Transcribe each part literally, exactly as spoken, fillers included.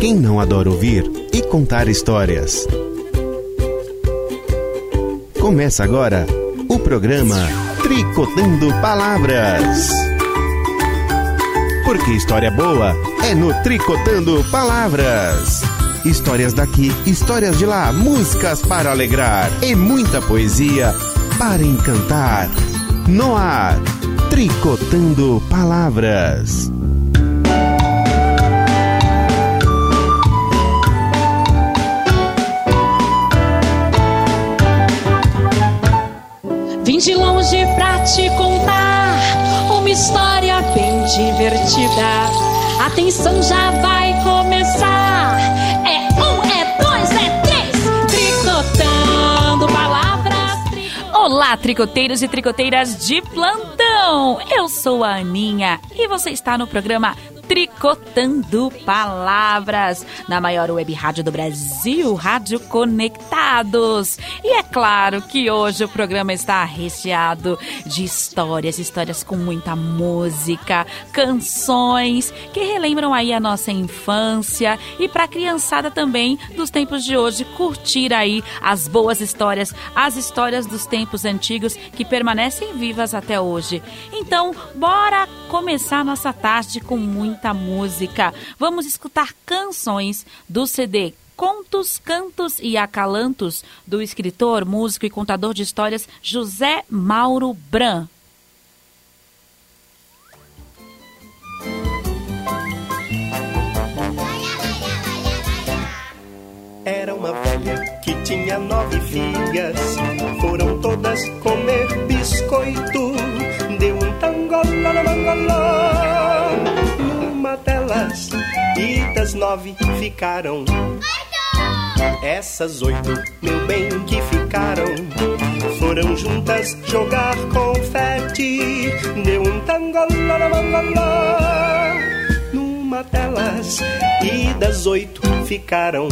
Quem não adora ouvir e contar histórias? Começa agora o programa Tricotando Palavras. Porque história boa é no Tricotando Palavras. Histórias daqui, histórias de lá, músicas para alegrar e muita poesia para encantar. No ar, Tricotando Palavras. Vim de longe pra te contar uma história bem divertida. Atenção, já vai começar. É um, é dois, é três. Tricotando Palavras. Tricotando. Olá, tricoteiros e tricoteiras de plantão. Eu sou a Aninha e você está no programa Tricotando Palavras, na maior web rádio do Brasil, Rádio Conectados. E é claro que hoje o programa está recheado de histórias, histórias com muita música, canções que relembram aí a nossa infância e para a criançada também dos tempos de hoje curtir aí as boas histórias, as histórias dos tempos antigos que permanecem vivas até hoje. Então, bora começar nossa tarde com muito muita música. Vamos escutar canções do C D Contos, Cantos e Acalantos, do escritor, músico e contador de histórias José Mauro Bran. Era uma velha que tinha nove filhas, foram todas comer biscoito, deu um tangoló na mangoló. Numa delas, e das nove ficaram oito. Essas oito, meu bem, que ficaram, foram juntas jogar confete, deu um tangoló na mangoló. Numa delas, e das oito ficaram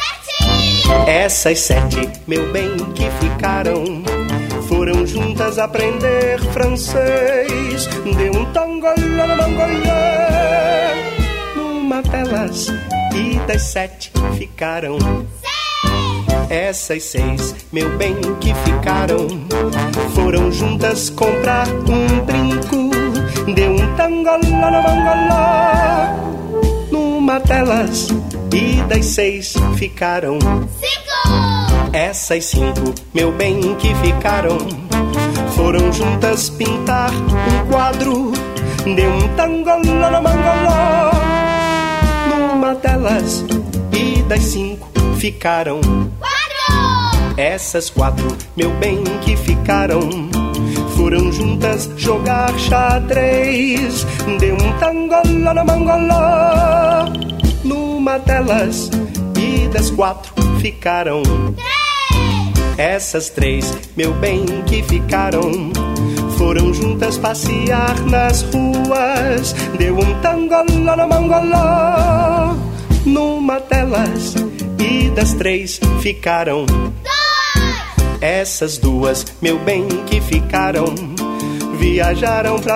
essas sete, meu bem, que ficaram, foram juntas aprender francês, deu um tangoló na mangolé. Numa delas, e das sete ficaram seis. Essas seis, meu bem, que ficaram, foram juntas comprar um brinco, deu um tangoló na mangoló. Numa delas, e das seis ficaram cinco. Essas cinco, meu bem, que ficaram, foram juntas pintar um quadro, deu um tangoló na mangoló. Numa delas, e das cinco ficaram quatro. Essas quatro, meu bem, que ficaram, foram juntas jogar xadrez, deu um tangoló na mangoló. Numa delas, e das quatro ficaram três. Essas três, meu bem, que ficaram, foram juntas passear nas ruas, deu um tangoló na mangoló. Numa delas, e das três ficaram dois. Essas duas, meu bem, que ficaram, viajaram pra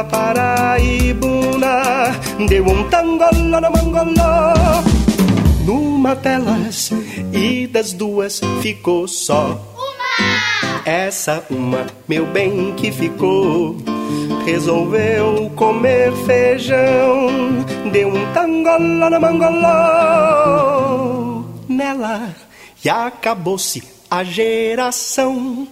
Paraibuna, deu um tangoló na mangoló. Numa delas, e das duas ficou só uma. Essa uma, meu bem, que ficou, resolveu comer feijão, deu um tangoló na mangoló. Nela, e acabou-se a geração.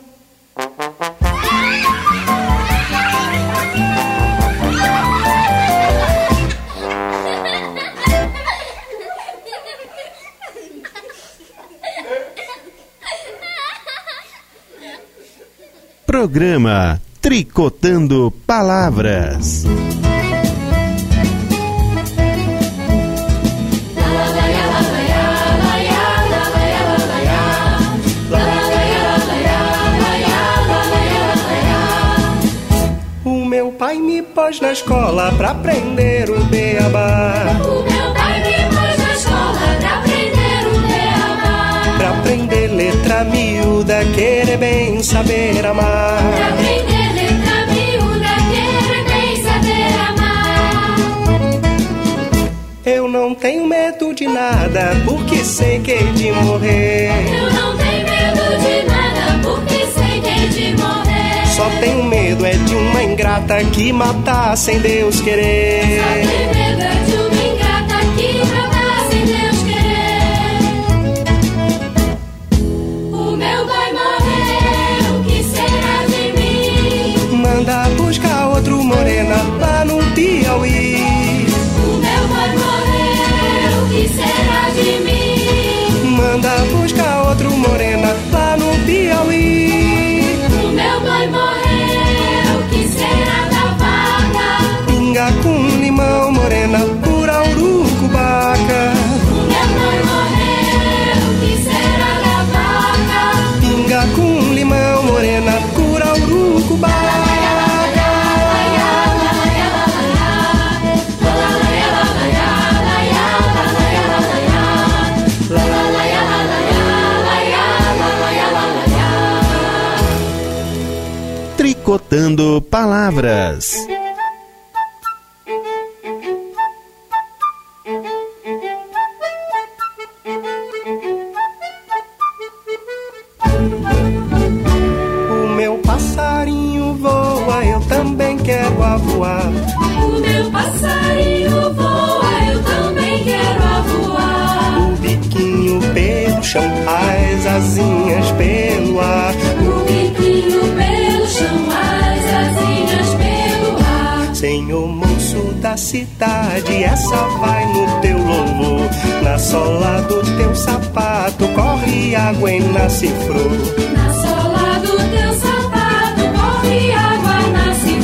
Programa Tricotando Palavras. O meu pai me pôs na escola pra aprender o beabá. O meu pai me pôs na escola pra aprender o beabá. Pra aprender letra miúda, querer bem, saber amar. Pra aprender letra miúda, querer bem, saber amar. Eu Eu não tenho medo de nada, porque sei que hei de morrer. Eu não tenho medo de nada, porque sei que hei de morrer. Só tenho medo é de uma ingrata que matar sem Deus querer. Só tenho medo é de uma ingrata que matar sem Deus querer. O meu pai morreu, o que será de mim? Manda buscar outro morena lá no Piauí. O meu pai morreu, o que será de mim? Manda buscar outro morena lá no Piauí. O meu pai morreu, o que será da vaca? Pinga com limão, morena, cura urucubaca. O meu pai morreu, o que será da vaca? Pinga com limão, morena, cura urucubaca. Tricotando Palavras. O meu passarinho voa, eu também quero a voar. O meu passarinho voa, eu também quero a voar. O biquinho pelo chão, as asinhas pelo ar. O biquinho pelo chão, as asinhas pelo ar. Senhor moço da cidade, essa vai no teu louvor. Na sola do teu sapato corre água e nasce flor. Na sola do teu sapato corre água e nasce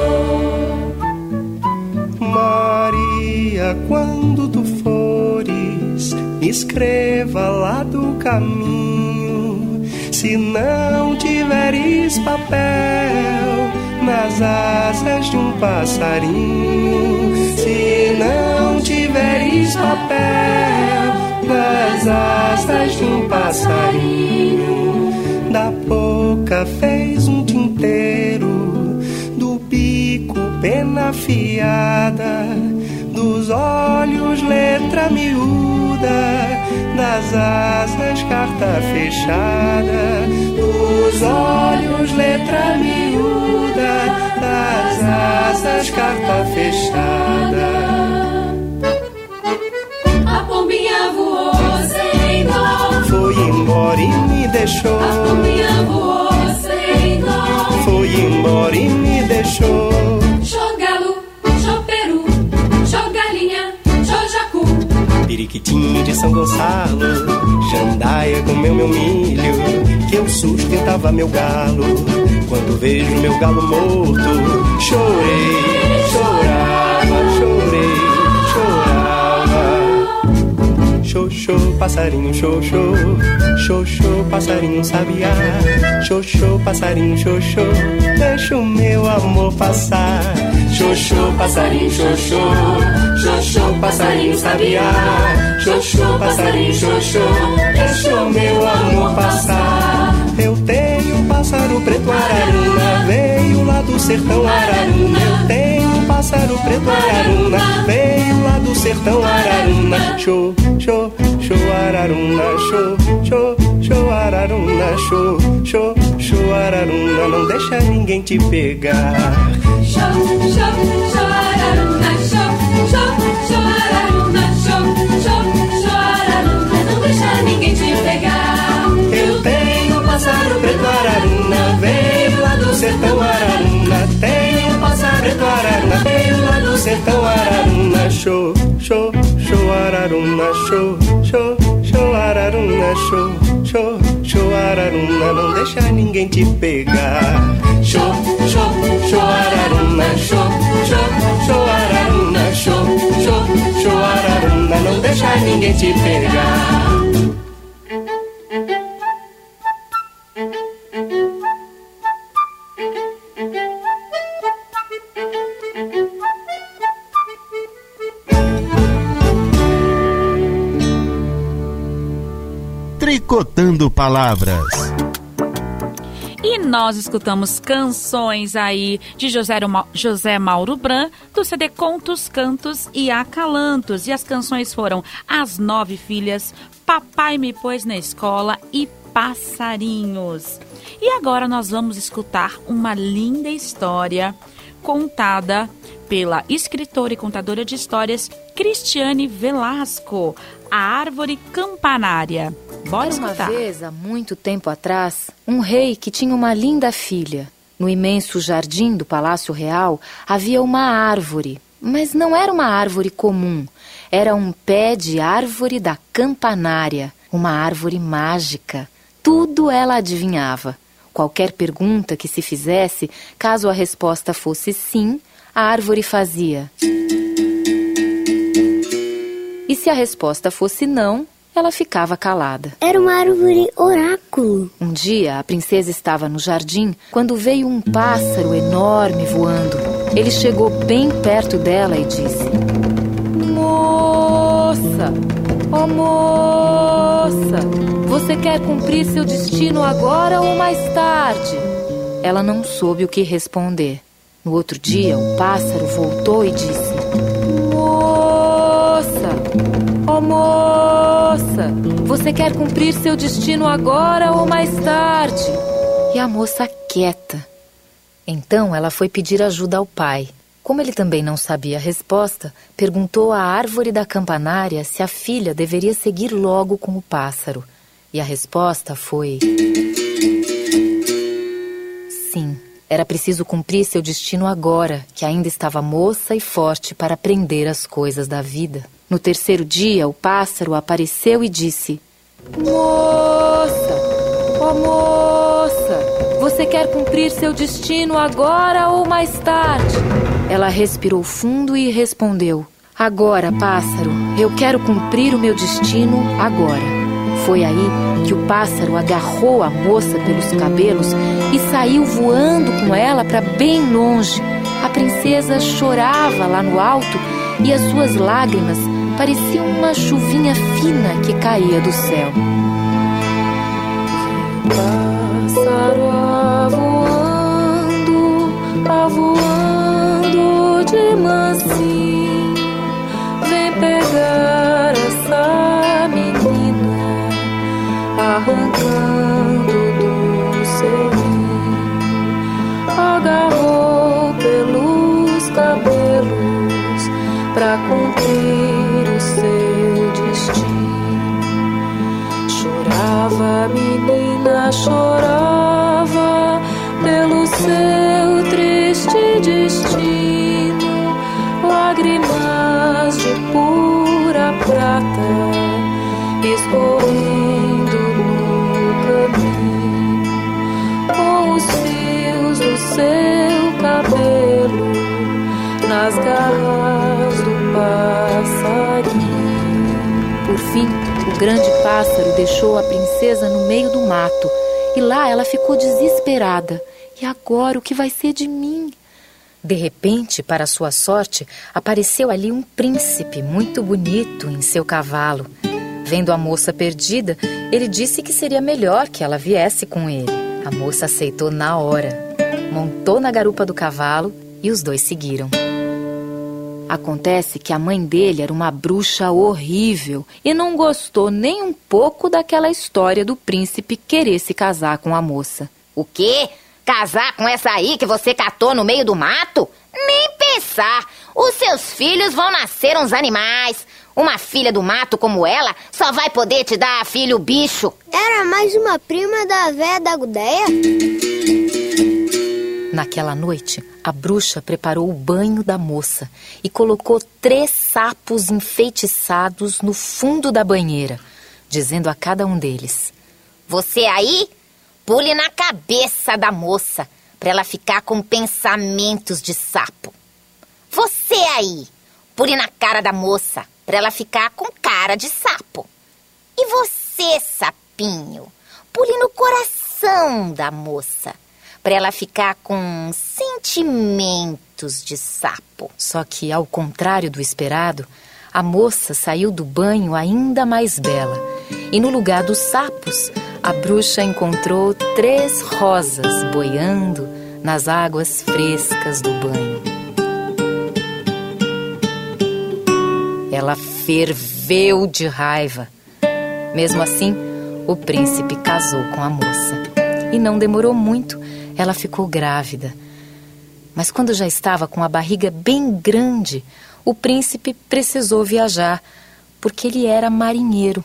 flor. Maria, quando tu fores, escreva lá do caminho. Se não tiveres papel nas asas de um passarinho, se não tiveres papel nas asas de um passarinho, da boca fez um tinteiro, do bico pena afiada, dos olhos letra miúda, das asas carta fechada, dos olhos letra miúda, das asas carta fechada. A pombinha voou sem dó, Foi embora e me deixou. a pombinha voou sem dó. Foi embora e me deixou. Xô galo, xô peru, xô galinha, xô jacu. Periquitinho de São Gonçalo, jandaia comeu meu milho, que eu sustentava meu galo. Quando vejo meu galo morto, chorei, chorava, chorei, chorava. Xoxô, passarinho, xoxô, xoxô, passarinho sabiá. Xoxô, passarinho, xoxô, deixa o meu amor passar. Xoxô, passarinho, xoxô, xoxô, passarinho sabiá. Xoxô, passarinho, xoxô, deixa o meu amor passar. Eu tenho um pássaro preto araruna, veio lá do sertão araruna. Eu tenho um pássaro preto araruna, veio lá do sertão araruna. Xô, xô, xô araruna, xô, xô, xô araruna, xô, xô, xô araruna, não deixa ninguém te pegar. Xô, xô, xô araruna, xô, xô, xô araruna, xô, xô, xô araruna, não deixa ninguém te pegar. Eu tenho um pássaro preto araruna, veio lá do sertão araruna. Tenho um pássaro preto araruna, veio lá do sertão araruna. Xô, xô, xô araruna, xô, xô, xô araruna, xô, xô, xô araruna, não deixa ninguém te pegar. Xô, xô, xô araruna, xô, xô, xô araruna, xô, xô, xô araruna, não deixa ninguém te pegar. Tricotando Palavras. E nós escutamos canções aí de José, José Mauro Bran, do C D Contos, Cantos e Acalantos. E as canções foram As Nove Filhas, Papai Me Pôs na Escola e Passarinhos. E agora nós vamos escutar uma linda história contada pela escritora e contadora de histórias Cristiane Velasco, A Árvore Campanária. Bora escutar. Era uma vez, há muito tempo atrás, um rei que tinha uma linda filha. No imenso jardim do Palácio Real havia uma árvore, mas não era uma árvore comum. Era um pé de árvore da campanária, uma árvore mágica. Tudo ela adivinhava. Qualquer pergunta que se fizesse, caso a resposta fosse sim, a árvore fazia. E se a resposta fosse não, ela ficava calada. Era uma árvore oráculo. Um dia, a princesa estava no jardim quando veio um pássaro enorme voando. Ele chegou bem perto dela e disse: Moça, ó moça, você quer cumprir seu destino agora ou mais tarde? Ela não soube o que responder. No outro dia, o pássaro voltou e disse: Moça, ó moça, você quer cumprir seu destino agora ou mais tarde? E a moça quieta. Então ela foi pedir ajuda ao pai. Como ele também não sabia a resposta, perguntou à árvore da campanária se a filha deveria seguir logo com o pássaro. E a resposta foi: sim, era preciso cumprir seu destino agora, que ainda estava moça e forte para aprender as coisas da vida. No terceiro dia, o pássaro apareceu e disse: Moça, ó moça, você quer cumprir seu destino agora ou mais tarde? Ela respirou fundo e respondeu: Agora, pássaro, eu quero cumprir o meu destino agora. Foi aí que o pássaro agarrou a moça pelos cabelos e saiu voando com ela para bem longe. A princesa chorava lá no alto e as suas lágrimas pareciam uma chuvinha fina que caía do céu. Pássaro avoando, avoando de mansinho, vem pegar essa menina, arrancando do seu ninho. Agarrou pelos cabelos pra cumprir o seu destino. Chorava a menina, chorava pelo seu triste destino. Lágrimas de pura prata escorrendo no caminho, com os fios do seu cabelo nas garras do passarinho. Por fim, o grande pássaro deixou a princesa no meio do mato e lá ela ficou desesperada. E agora o que vai ser de mim? De repente, para sua sorte, apareceu ali um príncipe muito bonito em seu cavalo. Vendo a moça perdida, ele disse que seria melhor que ela viesse com ele. A moça aceitou na hora, montou na garupa do cavalo e os dois seguiram. Acontece que a mãe dele era uma bruxa horrível e não gostou nem um pouco daquela história do príncipe querer se casar com a moça. O quê? Casar com essa aí que você catou no meio do mato? Nem pensar! Os seus filhos vão nascer uns animais. Uma filha do mato como ela só vai poder te dar filho bicho. Era mais uma prima da véia da Gudeia? Naquela noite, a bruxa preparou o banho da moça e colocou três sapos enfeitiçados no fundo da banheira, dizendo a cada um deles: Você aí, pule na cabeça da moça, para ela ficar com pensamentos de sapo. Você aí, pule na cara da moça, para ela ficar com cara de sapo. E você, sapinho, pule no coração da moça, para ela ficar com sentimentos de sapo. Só que, ao contrário do esperado, a moça saiu do banho ainda mais bela e no lugar dos sapos, a bruxa encontrou três rosas boiando nas águas frescas do banho. Ela ferveu de raiva. Mesmo assim, o príncipe casou com a moça. E não demorou muito, ela ficou grávida. Mas quando já estava com a barriga bem grande, o príncipe precisou viajar, porque ele era marinheiro.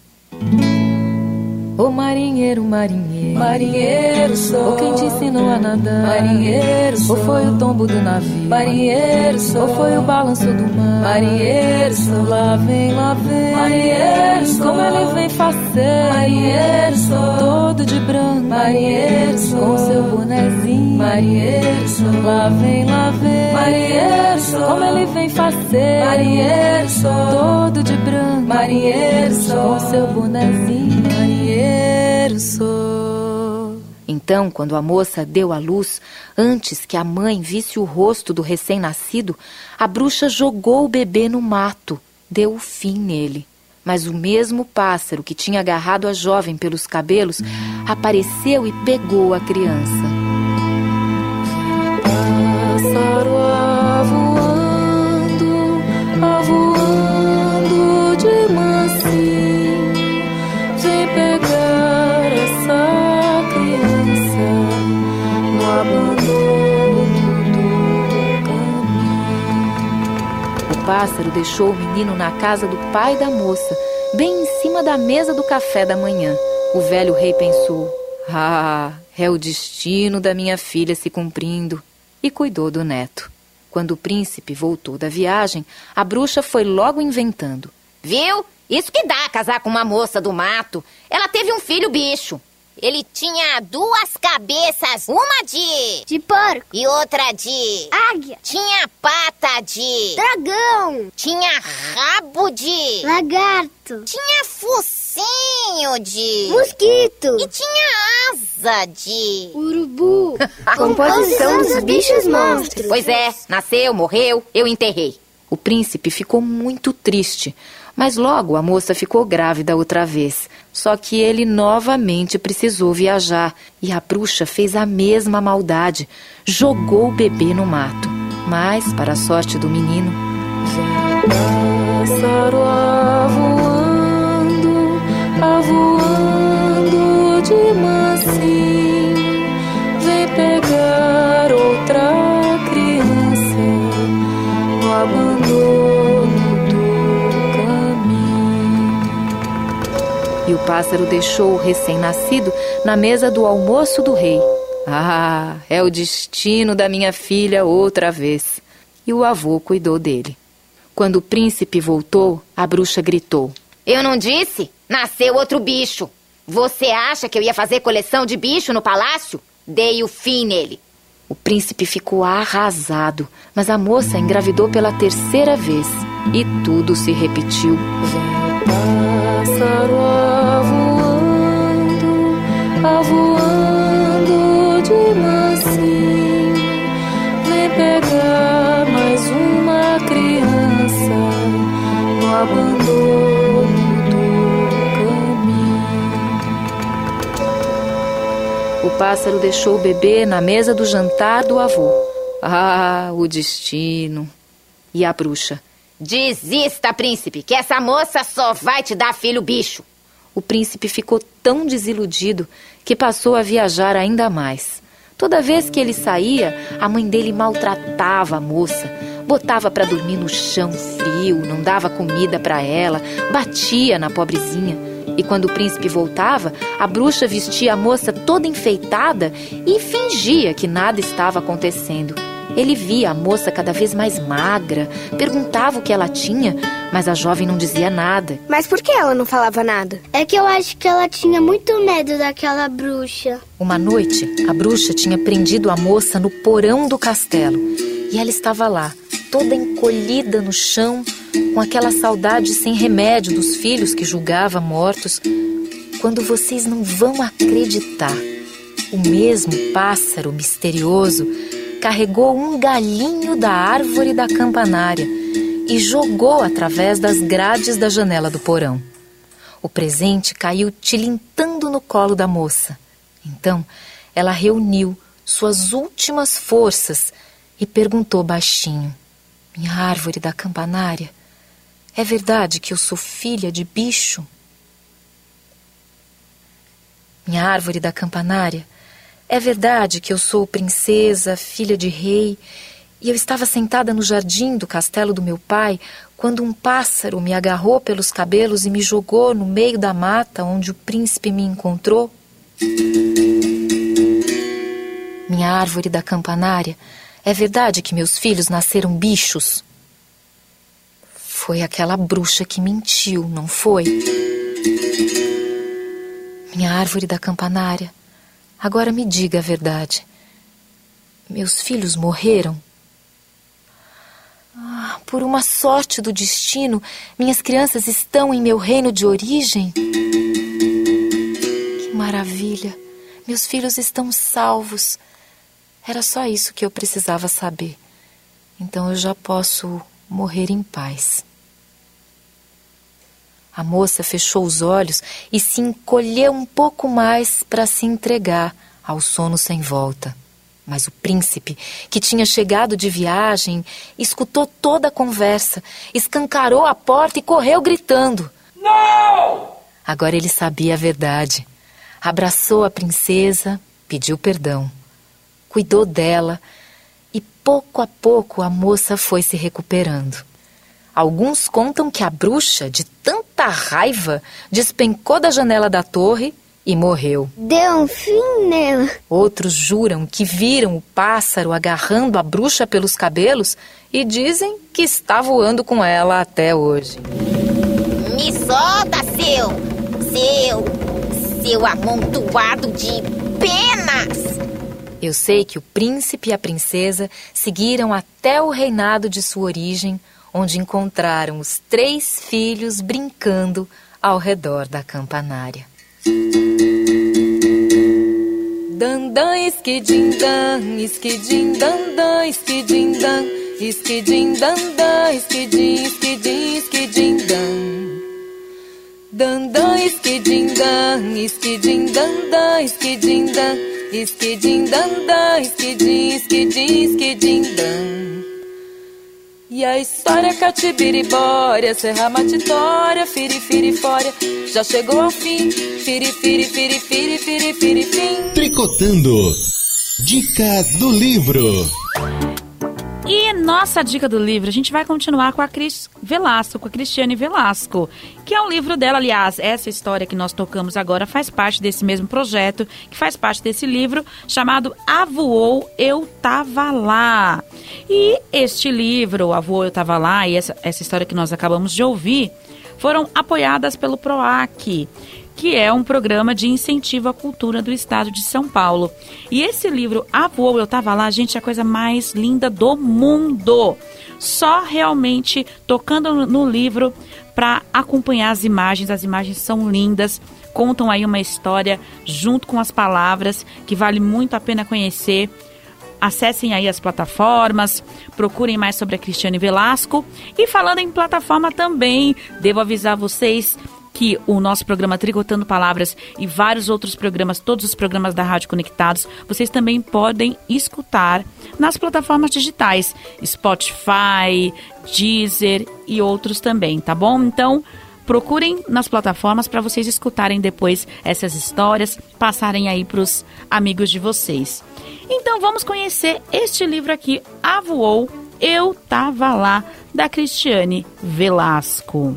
Ô marinheiro, marinheiro, marinheiro sou. Ou quem te ensinou a nadar? Marinheiro sou. Ou foi o tombo do navio? Marinheiro sou. Ou foi o balanço do mar? Marinheiro sou. Lá vem, lá vem, marinheiro sou. Como ele vem faceiro? Marinheiro sou. Todo de branco, marinheiro sou. Com seu bonezinho, marinheiro sou. Lá vem, lá vem, marinheiro sou. Como ele vem faceiro? Marinheiro sou. Todo de branco, marinheiro sou. Com seu bonezinho, marinheiro sou. Então, quando a moça deu à luz, antes que a mãe visse o rosto do recém-nascido, a bruxa jogou o bebê no mato, deu o fim nele. Mas o mesmo pássaro que tinha agarrado a jovem pelos cabelos apareceu e pegou a criança. Pássaro avoando, avoando de mansinho, vem pegar essa criança no abandono do caminho. O pássaro deixou o menino na casa do pai da moça, bem em cima da mesa do café da manhã. O velho rei pensou: ah, é o destino da minha filha se cumprindo, e cuidou do neto. Quando o príncipe voltou da viagem, a bruxa foi logo inventando: Viu? Isso que dá casar com uma moça do mato. Ela teve um filho bicho. Ele tinha duas cabeças, uma de... De porco. E outra de... Águia. Tinha pata de... Dragão. Tinha rabo de... Lagarto. Tinha focinho de... Mosquito. E tinha asa de... Urubu. Composição dos bichos monstros. Pois é, nasceu, morreu, eu enterrei. O príncipe ficou muito triste, mas logo a moça ficou grávida outra vez. Só que ele novamente precisou viajar e a bruxa fez a mesma maldade, jogou o bebê no mato. Mas, para a sorte do menino, vem pássaro avoando, avoando de mansinho, vem pegar outra criança no abandono do caminho. E o pássaro deixou o recém-nascido na mesa do almoço do rei. Ah, é o destino da minha filha outra vez. E o avô cuidou dele. Quando o príncipe voltou, a bruxa gritou: Eu não disse? Nasceu outro bicho. Você acha que eu ia fazer coleção de bicho no palácio? Dei o fim nele. O príncipe ficou arrasado, mas a moça engravidou pela terceira vez. E tudo se repetiu. Vem pássaro avoando, avoando de mansinho, vem pegar mais uma criança no abandono do caminho. O pássaro deixou o bebê na mesa do jantar do avô. Ah, o destino! E a bruxa: Desista, príncipe, que essa moça só vai te dar filho bicho. O príncipe ficou tão desiludido que passou a viajar ainda mais. Toda vez que ele saía, a mãe dele maltratava a moça, botava para dormir no chão frio, não dava comida para ela, batia na pobrezinha. E quando o príncipe voltava, a bruxa vestia a moça toda enfeitada e fingia que nada estava acontecendo. Ele via a moça cada vez mais magra, perguntava o que ela tinha, mas a jovem não dizia nada. Mas por que ela não falava nada? É que eu acho que ela tinha muito medo daquela bruxa. Uma noite, a bruxa tinha prendido a moça no porão do castelo. E ela estava lá, toda encolhida no chão, com aquela saudade sem remédio dos filhos que julgava mortos. Quando vocês não vão acreditar, o mesmo pássaro misterioso carregou um galinho da árvore da campanária e jogou através das grades da janela do porão. O presente caiu tilintando no colo da moça. Então, ela reuniu suas últimas forças e perguntou baixinho: minha árvore da campanária, é verdade que eu sou filha de bicho? Minha árvore da campanária, é verdade que eu sou princesa, filha de rei, e eu estava sentada no jardim do castelo do meu pai quando um pássaro me agarrou pelos cabelos e me jogou no meio da mata onde o príncipe me encontrou? Minha árvore da campanária, é verdade que meus filhos nasceram bichos? Foi aquela bruxa que mentiu, não foi? Minha árvore da campanária, agora me diga a verdade. Meus filhos morreram? Ah, por uma sorte do destino, minhas crianças estão em meu reino de origem? Que maravilha! Meus filhos estão salvos. Era só isso que eu precisava saber. Então eu já posso morrer em paz. A moça fechou os olhos e se encolheu um pouco mais para se entregar ao sono sem volta. Mas o príncipe, que tinha chegado de viagem, escutou toda a conversa, escancarou a porta e correu gritando: não! Agora ele sabia a verdade. Abraçou a princesa, pediu perdão, cuidou dela e pouco a pouco a moça foi se recuperando. Alguns contam que a bruxa, de tanta raiva, despencou da janela da torre e morreu. Deu um fim nela. Outros juram que viram o pássaro agarrando a bruxa pelos cabelos e dizem que está voando com ela até hoje. Me solta, seu, seu, seu amontoado de penas! Eu sei que o príncipe e a princesa seguiram até o reinado de sua origem, onde encontraram os três filhos brincando ao redor da campanária. Dandan, esquidim, dan, esquidim, dandan, esquidim, dan, esquidim, dandan, esquidim, esquidim, esquidim, dan. Dandan, esquidim, dan, esquidim, dandan, esquidim, dan, esquidim, dandan, esquidim, esquidim, esquidim, dan. E a história catibiribória, serra matitória, firifirifória, já chegou ao fim. Firi, firi, firi, firi, firi, firi, fim. Tricotando. Dica do livro. E nossa dica do livro, a gente vai continuar com a Cris Velasco, com a Cristiane Velasco, que é um livro dela. Aliás, essa história que nós tocamos agora faz parte desse mesmo projeto, que faz parte desse livro, chamado Avoou, Eu Tava Lá. E este livro, Avoou, Eu Tava Lá, e essa, essa história que nós acabamos de ouvir, foram apoiadas pelo PROAC, que é um programa de incentivo à cultura do estado de São Paulo. E esse livro, Avoou, Eu Tava Lá, gente, é a coisa mais linda do mundo. Só realmente tocando no, no livro para acompanhar as imagens. As imagens são lindas, contam aí uma história junto com as palavras que vale muito a pena conhecer. Acessem aí as plataformas, procurem mais sobre a Cristiane Velasco. E falando em plataforma também, devo avisar vocês que o nosso programa Tricotando Palavras e vários outros programas, todos os programas da Rádio Conectados, vocês também podem escutar nas plataformas digitais, Spotify, Deezer e outros também, tá bom? Então, procurem nas plataformas para vocês escutarem depois essas histórias, passarem aí para os amigos de vocês. Então, vamos conhecer este livro aqui, Avoou, Eu Tava Lá, da Cristiane Velasco.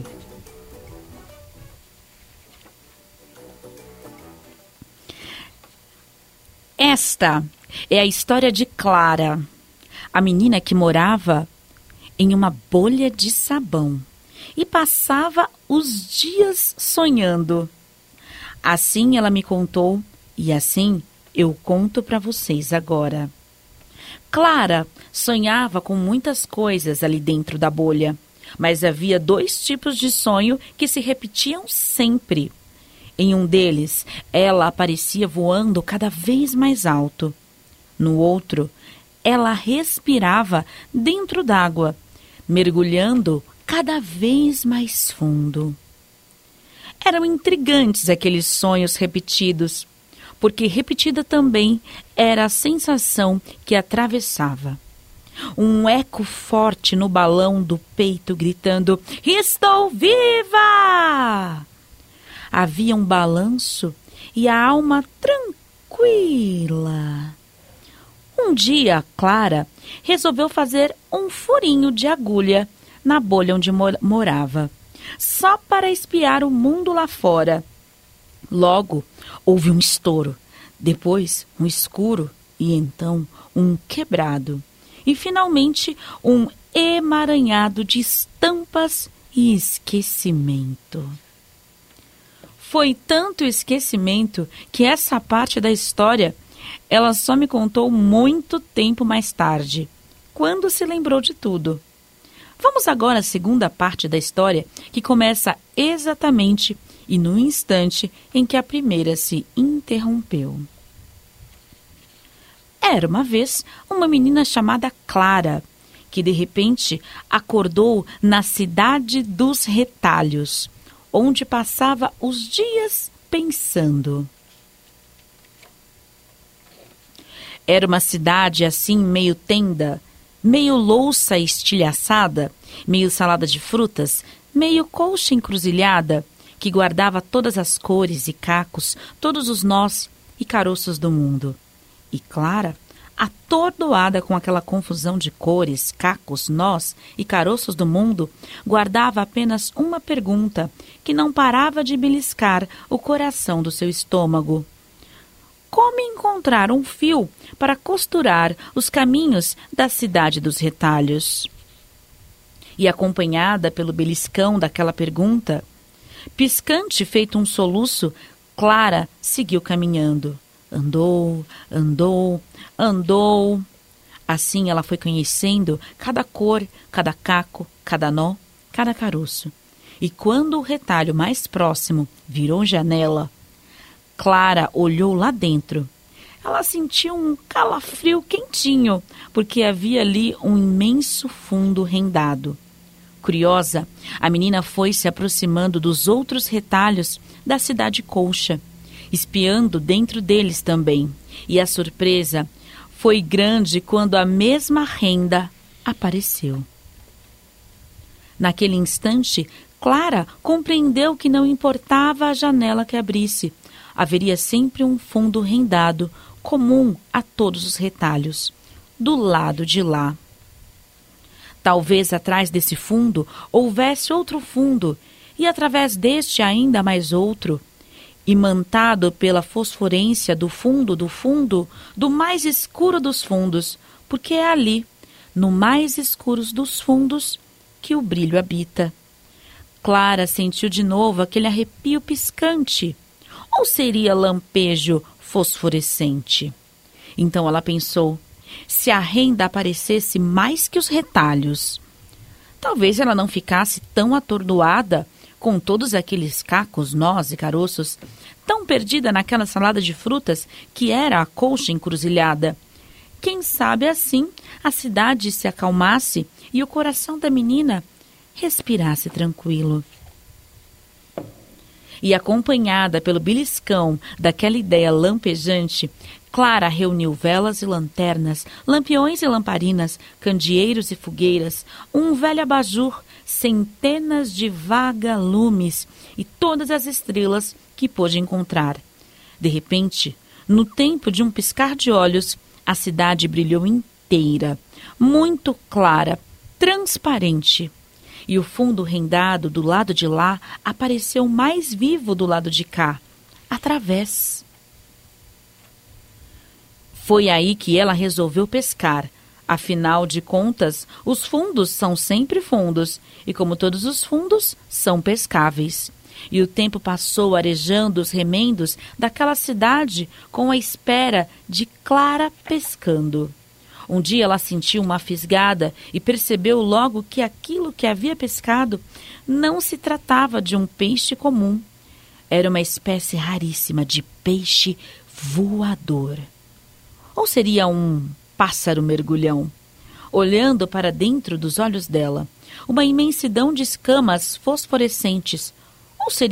Esta é a história de Clara, a menina que morava em uma bolha de sabão e passava os dias sonhando. Assim ela me contou e assim eu conto para vocês agora. Clara sonhava com muitas coisas ali dentro da bolha, mas havia dois tipos de sonho que se repetiam sempre. Em um deles, ela aparecia voando cada vez mais alto. No outro, ela respirava dentro d'água, mergulhando cada vez mais fundo. Eram intrigantes aqueles sonhos repetidos, porque repetida também era a sensação que atravessava. Um eco forte no balão do peito gritando: "Estou viva!" Havia um balanço e a alma tranquila. Um dia, Clara resolveu fazer um furinho de agulha na bolha onde morava, só para espiar o mundo lá fora. Logo, houve um estouro, depois um escuro e então um quebrado. E, finalmente, um emaranhado de estampas e esquecimento. Foi tanto esquecimento que essa parte da história ela só me contou muito tempo mais tarde, quando se lembrou de tudo. Vamos agora à segunda parte da história, que começa exatamente e no instante em que a primeira se interrompeu. Era uma vez uma menina chamada Clara, que de repente acordou na cidade dos retalhos, onde passava os dias pensando. Era uma cidade assim meio tenda, meio louça estilhaçada, meio salada de frutas, meio colcha encruzilhada, que guardava todas as cores e cacos, todos os nós e caroços do mundo. E Clara, atordoada com aquela confusão de cores, cacos, nós e caroços do mundo, guardava apenas uma pergunta que não parava de beliscar o coração do seu estômago. Como encontrar um fio para costurar os caminhos da cidade dos retalhos? E acompanhada pelo beliscão daquela pergunta, piscante feito um soluço, Clara seguiu caminhando. Andou, andou, andou. Assim ela foi conhecendo cada cor, cada caco, cada nó, cada caroço. E quando o retalho mais próximo virou janela, Clara olhou lá dentro. Ela sentiu um calafrio quentinho, porque havia ali um imenso fundo rendado. Curiosa, a menina foi se aproximando dos outros retalhos da cidade colcha, espiando dentro deles também. E a surpresa foi grande quando a mesma renda apareceu. Naquele instante, Clara compreendeu que não importava a janela que abrisse, haveria sempre um fundo rendado, comum a todos os retalhos, do lado de lá. Talvez atrás desse fundo houvesse outro fundo, e através deste ainda mais outro, imantado pela fosforência do fundo do fundo, do mais escuro dos fundos, porque é ali, no mais escuro dos fundos, que o brilho habita. Clara sentiu de novo aquele arrepio piscante, ou seria lampejo fosforescente? Então ela pensou, se a renda aparecesse mais que os retalhos, talvez ela não ficasse tão atordoada com todos aqueles cacos, nós e caroços, tão perdida naquela salada de frutas que era a colcha encruzilhada. Quem sabe assim a cidade se acalmasse e o coração da menina respirasse tranquilo. E acompanhada pelo beliscão daquela ideia lampejante, Clara reuniu velas e lanternas, lampiões e lamparinas, candeeiros e fogueiras, um velho abajur, centenas de vagalumes e todas as estrelas que pôde encontrar. De repente, no tempo de um piscar de olhos, a cidade brilhou inteira, muito clara, transparente. E o fundo rendado do lado de lá apareceu mais vivo do lado de cá, através. Foi aí que ela resolveu pescar. Afinal de contas, os fundos são sempre fundos, e como todos os fundos, são pescáveis. E o tempo passou arejando os remendos daquela cidade com a espera de Clara pescando. Um dia ela sentiu uma fisgada e percebeu logo que aquilo que havia pescado não se tratava de um peixe comum. Era uma espécie raríssima de peixe voador. Ou seria um pássaro mergulhão? Olhando para dentro dos olhos dela, uma imensidão de escamas fosforescentes. Ou seria um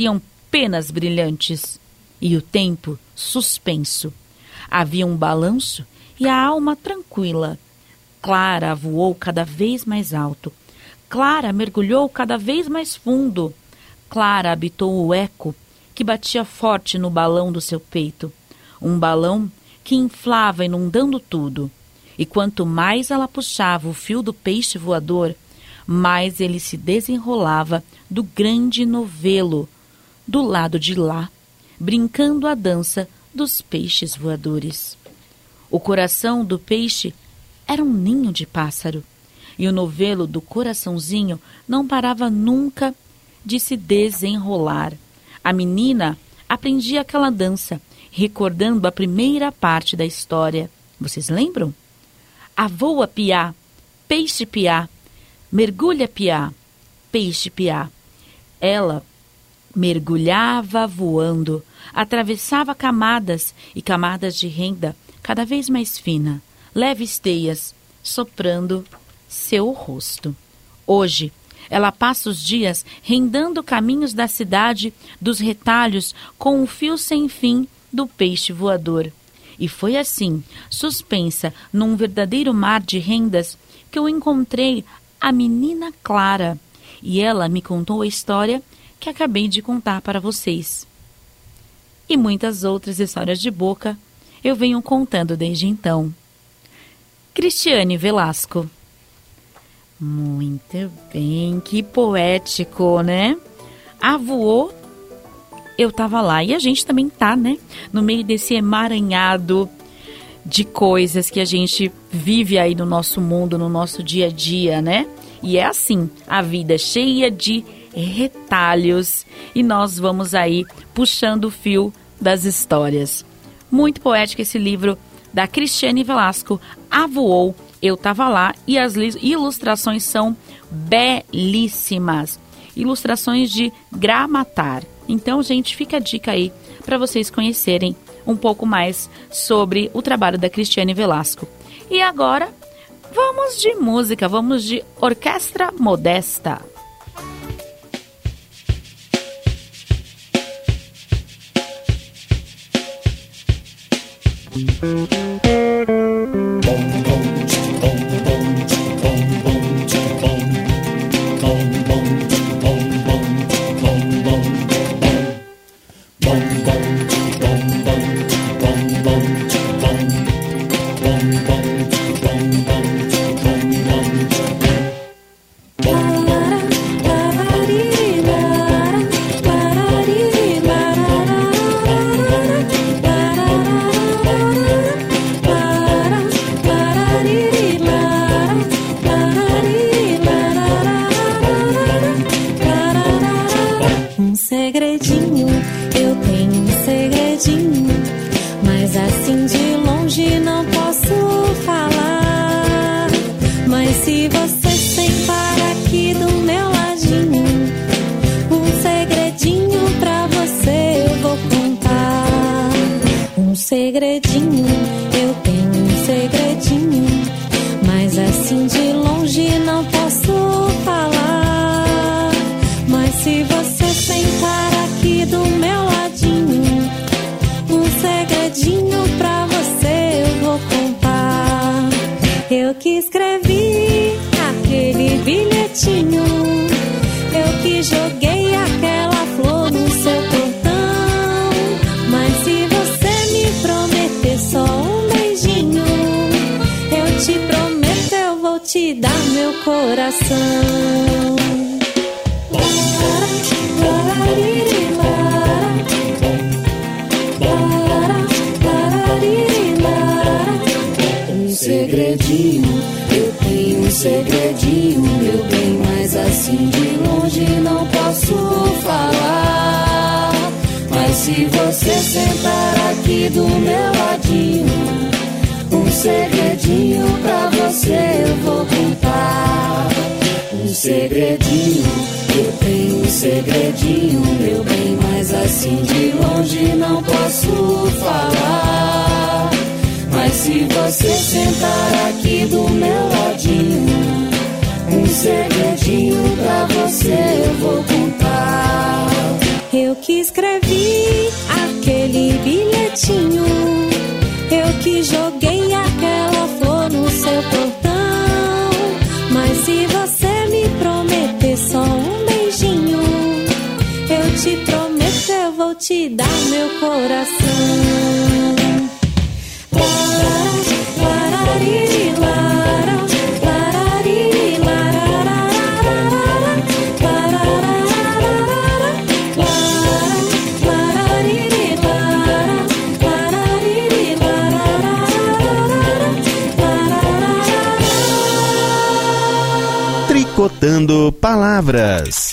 penas brilhantes. E o tempo suspenso. Havia um balanço e a alma tranquila. Clara voou cada vez mais alto. Clara mergulhou cada vez mais fundo. Clara habitou o eco que batia forte no balão do seu peito. Um balão que inflava inundando tudo. E quanto mais ela puxava o fio do peixe voador, mais ele se desenrolava do grande novelo, do lado de lá, brincando a dança dos peixes voadores. O coração do peixe era um ninho de pássaro, e o novelo do coraçãozinho não parava nunca de se desenrolar. A menina aprendia aquela dança, recordando a primeira parte da história. Vocês lembram? A voa piá, peixe piá, mergulha piá, peixe piá. Ela mergulhava voando, atravessava camadas e camadas de renda cada vez mais fina, leves teias, soprando seu rosto. Hoje, ela passa os dias rendando caminhos da cidade dos retalhos com o fio sem fim do peixe voador. E foi assim, suspensa num verdadeiro mar de rendas, que eu encontrei a menina Clara. E ela me contou a história que acabei de contar para vocês. E muitas outras histórias de boca eu venho contando desde então. Cristiane Velasco. Muito bem, que poético, né? A voou, eu tava lá. E a gente também tá, né? No meio desse emaranhado de coisas que a gente vive aí no nosso mundo, no nosso dia a dia, né? E é assim, a vida cheia de retalhos. E nós vamos aí puxando o fio das histórias. Muito poético esse livro da Cristiane Velasco, A Voou, Eu Tava Lá, e as ilustrações são belíssimas. Ilustrações de Gramatar. Então, gente, fica a dica aí para vocês conhecerem um pouco mais sobre o trabalho da Cristiane Velasco. E agora, vamos de música, vamos de Orquestra Modesta. Eu que escrevi aquele bilhetinho, eu que joguei aquela flor no seu portão. Mas se você me prometer só um beijinho, eu te prometo, eu vou te dar meu coração. Um segredinho, eu tenho um segredinho, meu bem, mas assim de longe não posso falar. Mas se você sentar aqui do meu ladinho, um segredinho pra você eu vou contar. Um segredinho, eu tenho um segredinho, meu bem, mas assim de longe não posso falar. Mas se você sentar aqui do meu ladinho, um segredinho pra você eu vou contar. Eu que escrevi aquele bilhetinho, eu que joguei aquela flor no seu portão. Mas se você me prometer só um beijinho, eu te prometo, eu vou te dar meu coração. Tricotando palavras.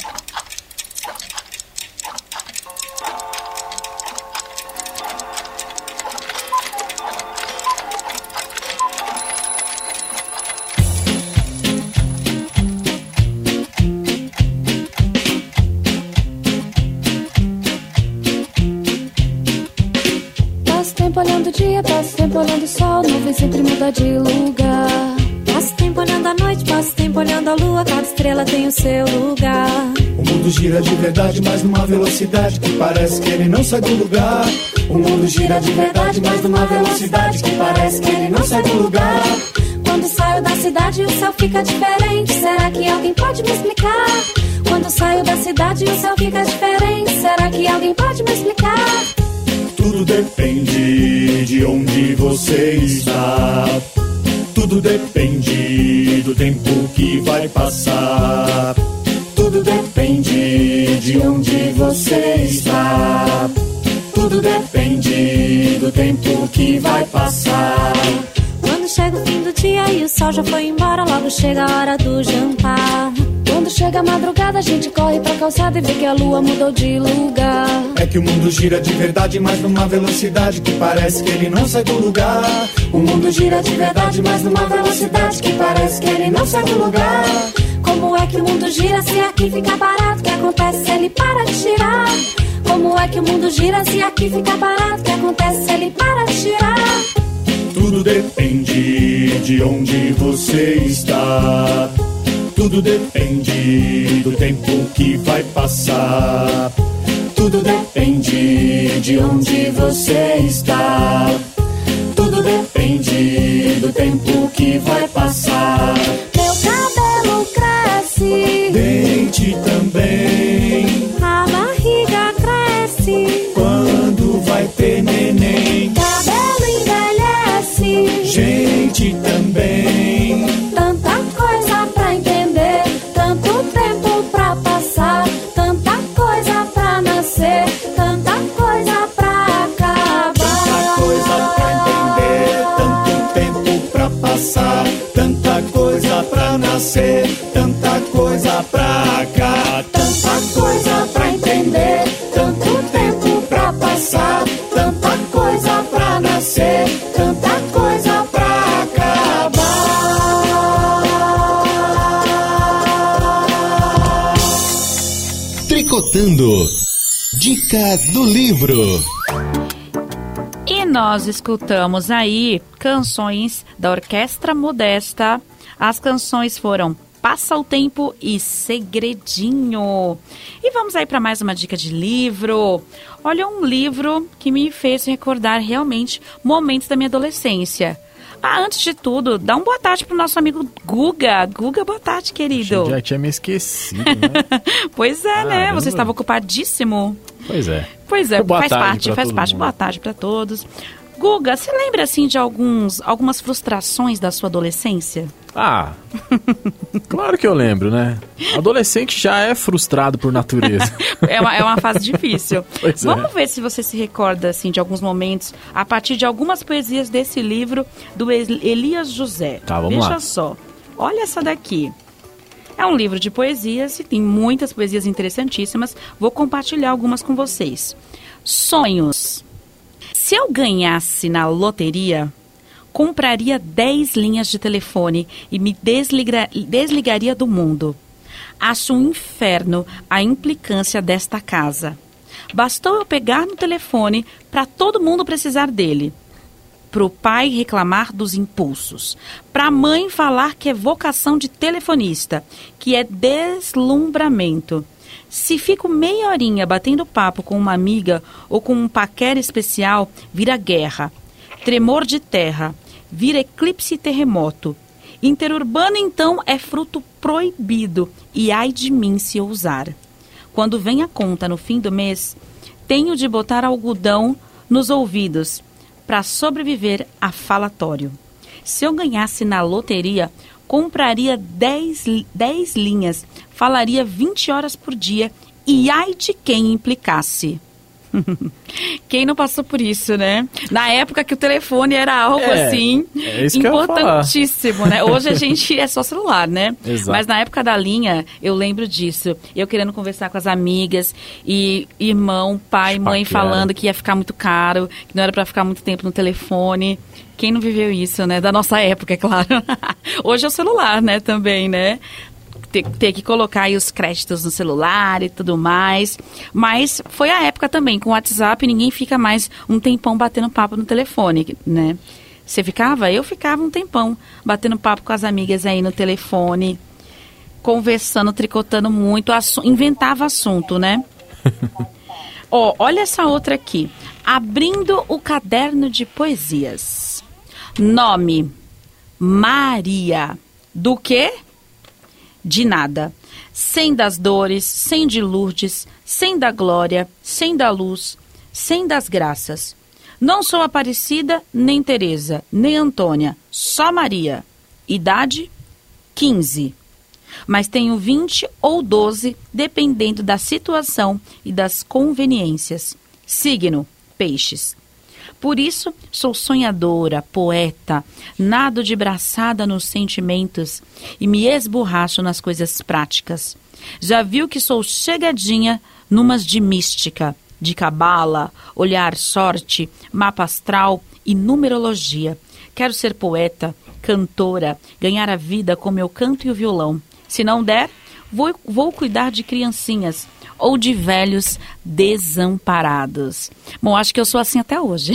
Passo tempo olhando o dia, passo tempo olhando o sol, nuvem sempre muda de lugar. Passo tempo olhando a noite, passo tempo olhando a lua, cada estrela tem o seu lugar. O mundo gira de verdade, mas numa velocidade que parece que ele não sai do lugar. O mundo gira de verdade, mas numa velocidade que parece que ele não sai do lugar. Quando saio da cidade o céu fica diferente, será que alguém pode me explicar? Quando saio da cidade o céu fica diferente, será que alguém pode me explicar? Tudo depende de onde você está. Tudo depende do tempo que vai passar. Tudo depende de onde você está. Tudo depende do tempo que vai passar. Quando chega o fim do dia e o sol já foi embora, logo chega a hora do jantar. Quando chega a madrugada a gente corre pra calçada e vê que a lua mudou de lugar. É que o mundo gira de verdade, mas numa velocidade que parece que ele não sai do lugar. O mundo gira de verdade, mas numa velocidade que parece que ele não sai do lugar. Como é que o mundo gira se aqui fica parado? O que acontece se ele para de girar? Como é que o mundo gira se aqui fica parado? O que acontece se ele para de girar? Tudo depende de onde você está. Tudo depende do tempo que vai passar. Tudo depende de onde você está. Tudo depende do tempo que vai passar. Meu cabelo cresce, dente também. A barriga cresce, quando vai ter neném. Cabelo envelhece, gente também. Tanta coisa pra entender, tanto tempo pra passar, tanta coisa pra nascer, tanta coisa pra acabar. Tanta coisa pra entender, tanto tempo pra passar, tanta coisa pra nascer, tanta coisa pra cá. Tanta coisa pra entender, tanto tempo pra passar, tanta coisa pra nascer, tanta coisa pra acabar. Tricotando. Dica do livro. E nós escutamos aí canções da Orquestra Modesta. As canções foram Passa o Tempo e Segredinho. E vamos aí para mais uma dica de livro. Olha, um livro que me fez recordar realmente momentos da minha adolescência. Ah, antes de tudo, dá uma boa tarde pro nosso amigo Guga. Guga, boa tarde, querido. Eu já tinha me esquecido, né? Pois é, Caramba. né? Você estava ocupadíssimo. Pois é. Pois é, Boa faz tarde parte, pra faz todo parte. mundo. Boa tarde para todos. Guga, você lembra assim de alguns, algumas frustrações da sua adolescência? Ah, claro que eu lembro, né? Adolescente já é frustrado por natureza. É uma, é uma fase difícil. Pois é. Vamos ver se você se recorda assim, de alguns momentos, a partir de algumas poesias desse livro do Elias José. Tá, vamos Veja lá. só. Olha essa daqui. É um livro de poesias e tem muitas poesias interessantíssimas. Vou compartilhar algumas com vocês. Sonhos. Se eu ganhasse na loteria, compraria dez linhas de telefone e me desliga- desligaria do mundo. Acho um inferno a implicância desta casa. Bastou eu pegar no telefone para todo mundo precisar dele. Para o pai reclamar dos impulsos. Para a mãe falar que é vocação de telefonista, que é deslumbramento. Se fico meia horinha batendo papo com uma amiga ou com um paquera especial, vira guerra. Tremor de terra, vira eclipse e terremoto. Interurbano, então, é fruto proibido e ai de mim se ousar. Quando vem a conta no fim do mês, tenho de botar algodão nos ouvidos para sobreviver a falatório. Se eu ganhasse na loteria, compraria dez, dez linhas, falaria vinte horas por dia e ai de quem implicasse. Quem não passou por isso, né? Na época que o telefone era algo é, assim, é isso importantíssimo, né? Hoje a gente é só celular, né? Exato. Mas na época da linha, eu lembro disso. Eu querendo conversar com as amigas e irmão, pai, mãe Paquera. falando que ia ficar muito caro, que não era pra ficar muito tempo no telefone. Quem não viveu isso, né? Da nossa época, é claro. Hoje é o celular, né? Também, né? Ter, ter que colocar aí os créditos no celular e tudo mais. Mas foi a época também, com o WhatsApp, ninguém fica mais um tempão batendo papo no telefone, né? Você ficava? Eu ficava um tempão batendo papo com as amigas aí no telefone, conversando, tricotando muito, assu- inventava assunto, né? Ó, olha essa outra aqui. Abrindo o caderno de poesias. Nome: Maria. Do quê? De nada. Sem das dores, sem de Lourdes, sem da glória, sem da luz, sem das graças. Não sou Aparecida, nem Teresa, nem Antônia, só Maria. Idade? quinze. Mas tenho vinte ou doze, dependendo da situação e das conveniências. Signo: Peixes. Por isso, sou sonhadora, poeta, nado de braçada nos sentimentos e me esborracho nas coisas práticas. Já viu que sou chegadinha numas de mística, de cabala, olhar sorte, mapa astral e numerologia. Quero ser poeta, cantora, ganhar a vida com meu canto e o violão. Se não der, vou, vou cuidar de criancinhas ou de velhos desamparados. Bom, acho que eu sou assim até hoje.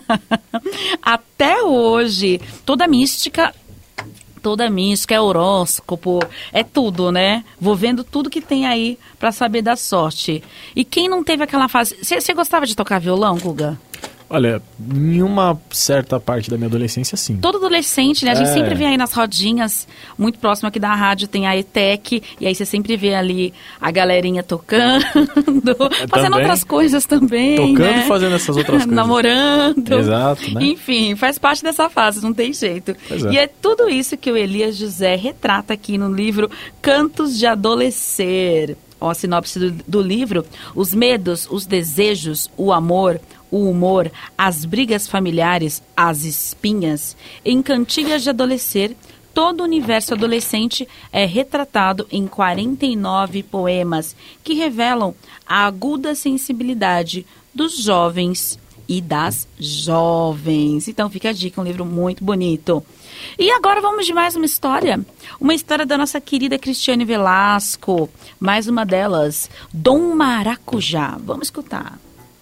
Até hoje. Toda mística, toda mística é horóscopo, é tudo, né? Vou vendo tudo que tem aí pra saber da sorte. E quem não teve aquela fase... Você gostava de tocar violão, Guga? Olha, em uma certa parte da minha adolescência, sim. Todo adolescente, né? A gente É. sempre vê aí nas rodinhas, muito próximo aqui da rádio, tem a E T E C, e aí você sempre vê ali a galerinha tocando, fazendo também. outras coisas também, Tocando né? e fazendo essas outras coisas. Namorando. Exato, né? Enfim, faz parte dessa fase, não tem jeito. Pois é. E é tudo isso que o Elias José retrata aqui no livro Cantos de Adolescer. Ó, a sinopse do, do livro: os medos, os desejos, o amor, o humor, as brigas familiares, as espinhas. Em Cantigas de Adolescer, todo o universo adolescente é retratado em quarenta e nove poemas que revelam a aguda sensibilidade dos jovens e das jovens. Então fica a dica, um livro muito bonito. E agora vamos de mais uma história. Uma história da nossa querida Cristiane Velasco. Mais uma delas, Dom Maracujá. Vamos escutar.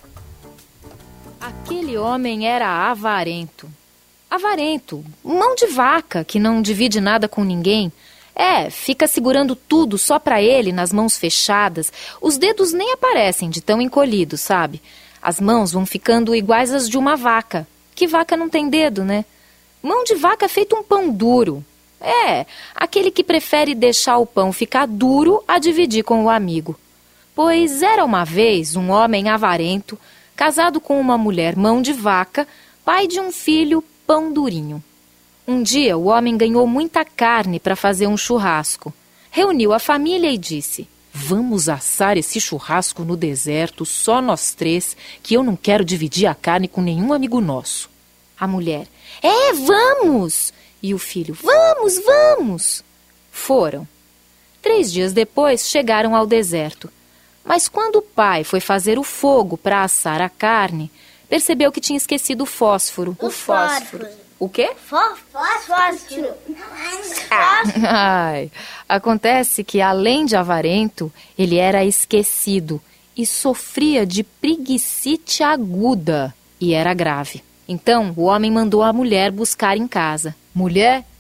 Aquele homem era avarento. Avarento, mão de vaca, que não divide nada com ninguém. É, fica segurando tudo só pra ele, nas mãos fechadas. Os dedos nem aparecem de tão encolhidos, sabe? As mãos vão ficando iguais às de uma vaca. Que vaca não tem dedo, né? Mão de vaca feito um pão duro. É, aquele que prefere deixar o pão ficar duro a dividir com o amigo. Pois era uma vez um homem avarento, casado com uma mulher mão de vaca, pai de um filho pão durinho. Um dia o homem ganhou muita carne para fazer um churrasco. Reuniu a família e disse: vamos assar esse churrasco no deserto, só nós três, que eu não quero dividir a carne com nenhum amigo nosso. A mulher: é, vamos! E o filho: vamos, vamos! Foram. Três dias depois chegaram ao deserto. Mas quando o pai foi fazer o fogo para assar a carne, percebeu que tinha esquecido o fósforo. O fósforo. O quê? Fósforo. Ai, acontece que, além de avarento, ele era esquecido e sofria de preguicite aguda, e era grave. Então, o homem mandou a mulher buscar em casa. Mulher,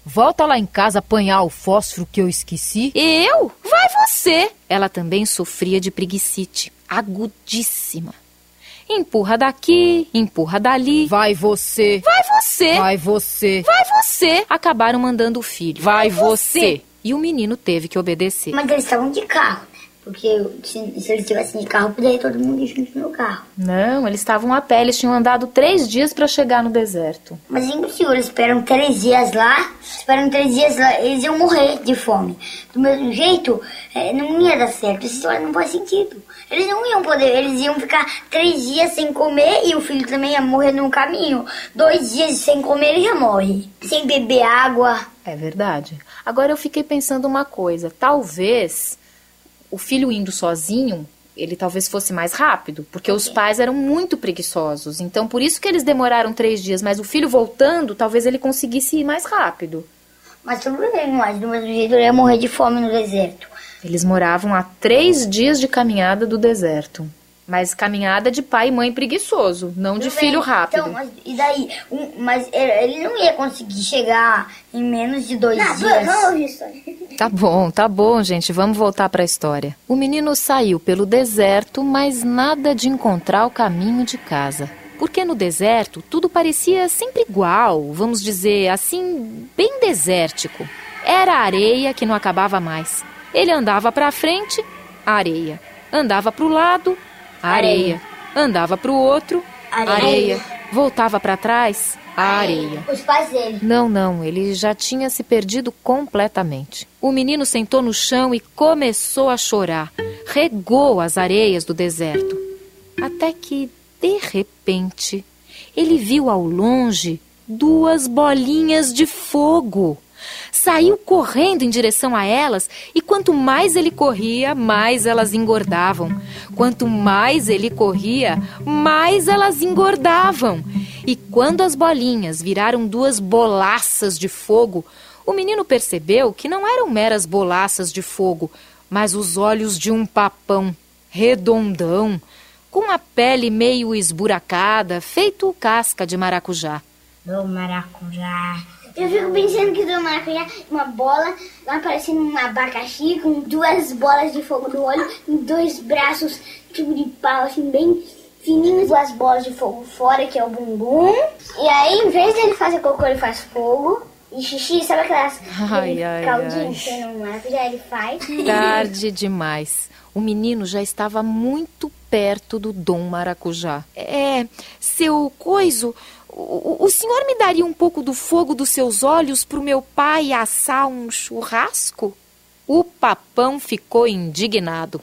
Volta lá em casa apanhar o fósforo que eu esqueci. Eu? Vai você! Ela também sofria de preguicite, agudíssima. Empurra daqui, empurra dali. Vai você! Vai você! Vai você! Vai você! Acabaram mandando o filho. Vai você! E o menino teve que obedecer. Mas eles estavam de carro, né? Porque se, se eles tivessem de carro, poderia todo mundo ir junto no carro. Não, eles estavam a pé. Eles tinham andado três dias para chegar no deserto. Mas é impossível, eles esperam três dias lá. Esperam três dias lá, eles iam morrer de fome. Do mesmo jeito, é, não ia dar certo. Essa história não faz sentido. Eles não iam poder, eles iam ficar três dias sem comer e o filho também ia morrer no caminho. Dois dias sem comer, ele já morre. Sem beber água. É verdade. Agora eu fiquei pensando uma coisa. Talvez o filho indo sozinho, ele talvez fosse mais rápido, porque os pais eram muito preguiçosos. Então, por isso que eles demoraram três dias. Mas o filho voltando, talvez ele conseguisse ir mais rápido. Mas tudo bem, mas do mesmo jeito ele ia morrer de fome no deserto. Eles moravam a três dias de caminhada do deserto. Mas caminhada de pai e mãe preguiçoso, não de filho rápido. Então, mas, e daí? Um, mas ele não ia conseguir chegar em menos de dois não, dias. Não, não, isso. Tá bom, tá bom, gente. Vamos voltar para a história. O menino saiu pelo deserto, mas nada de encontrar o caminho de casa. Porque no deserto tudo parecia sempre igual, vamos dizer assim, bem desértico. Era areia que não acabava mais. Ele andava para frente, areia. Andava para o lado, areia. Andava para o outro, areia. areia. Voltava para trás, areia. Os pais dele. Não, não, ele já tinha se perdido completamente. O menino sentou no chão e começou a chorar. Regou as areias do deserto. Até que, de repente, ele viu ao longe duas bolinhas de fogo. Saiu correndo em direção a elas e quanto mais ele corria, mais elas engordavam. Quanto mais ele corria, mais elas engordavam. E quando as bolinhas viraram duas bolaças de fogo, o menino percebeu que não eram meras bolaças de fogo, mas os olhos de um papão, redondão, com a pele meio esburacada, feito casca de maracujá. Do maracujá... Eu fico pensando que do maracujá, uma bola, lá parecendo um abacaxi, com duas bolas de fogo no olho, e dois braços, tipo de pau, assim, bem fininhos, duas bolas de fogo fora, que é o bumbum. E aí, em vez dele fazer cocô, ele faz fogo. E xixi, sabe aquelas ai, ai, caldinhas que no maracujá ele faz? Tarde demais. O menino já estava muito perto do Dom Maracujá. É, seu coiso... O, o senhor me daria um pouco do fogo dos seus olhos para o meu pai assar um churrasco? O papão ficou indignado.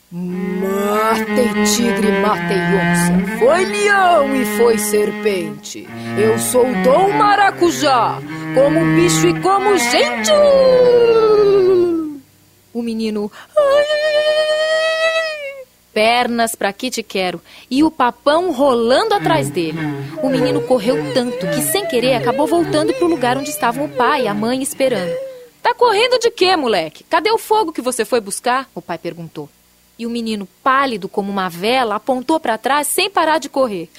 Matei tigre, matei onça. Foi leão e foi serpente. Eu sou o Dom Maracujá. Como bicho e como gente. O menino... Pernas pra que te quero. E o papão rolando atrás dele. O menino correu tanto que, sem querer, acabou voltando pro lugar onde estavam o pai e a mãe esperando. Tá correndo de quê, moleque? Cadê o fogo que você foi buscar? O pai perguntou. E o menino, pálido como uma vela, apontou pra trás sem parar de correr.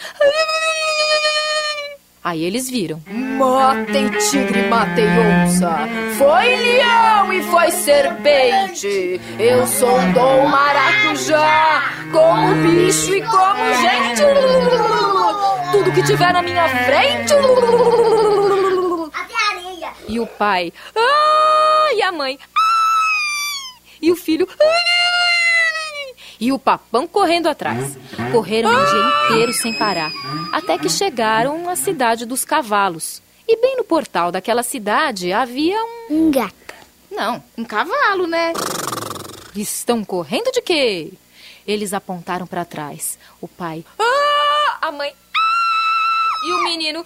Aí eles viram. Matei tigre, matei onça. Foi leão e foi serpente. Eu sou o Dom Maracujá. Como bicho e como gente. Tudo que tiver na minha frente. Até areia. E o pai. Ah! E a mãe. Ah! E o filho. Ah! E o papão correndo atrás. Correram o dia inteiro sem parar, até que chegaram à cidade dos cavalos. E bem no portal daquela cidade havia um... Um gato. Não, um cavalo, né? Estão correndo de quê? Eles apontaram para trás. O pai... Ah! A mãe... Ah! E o menino...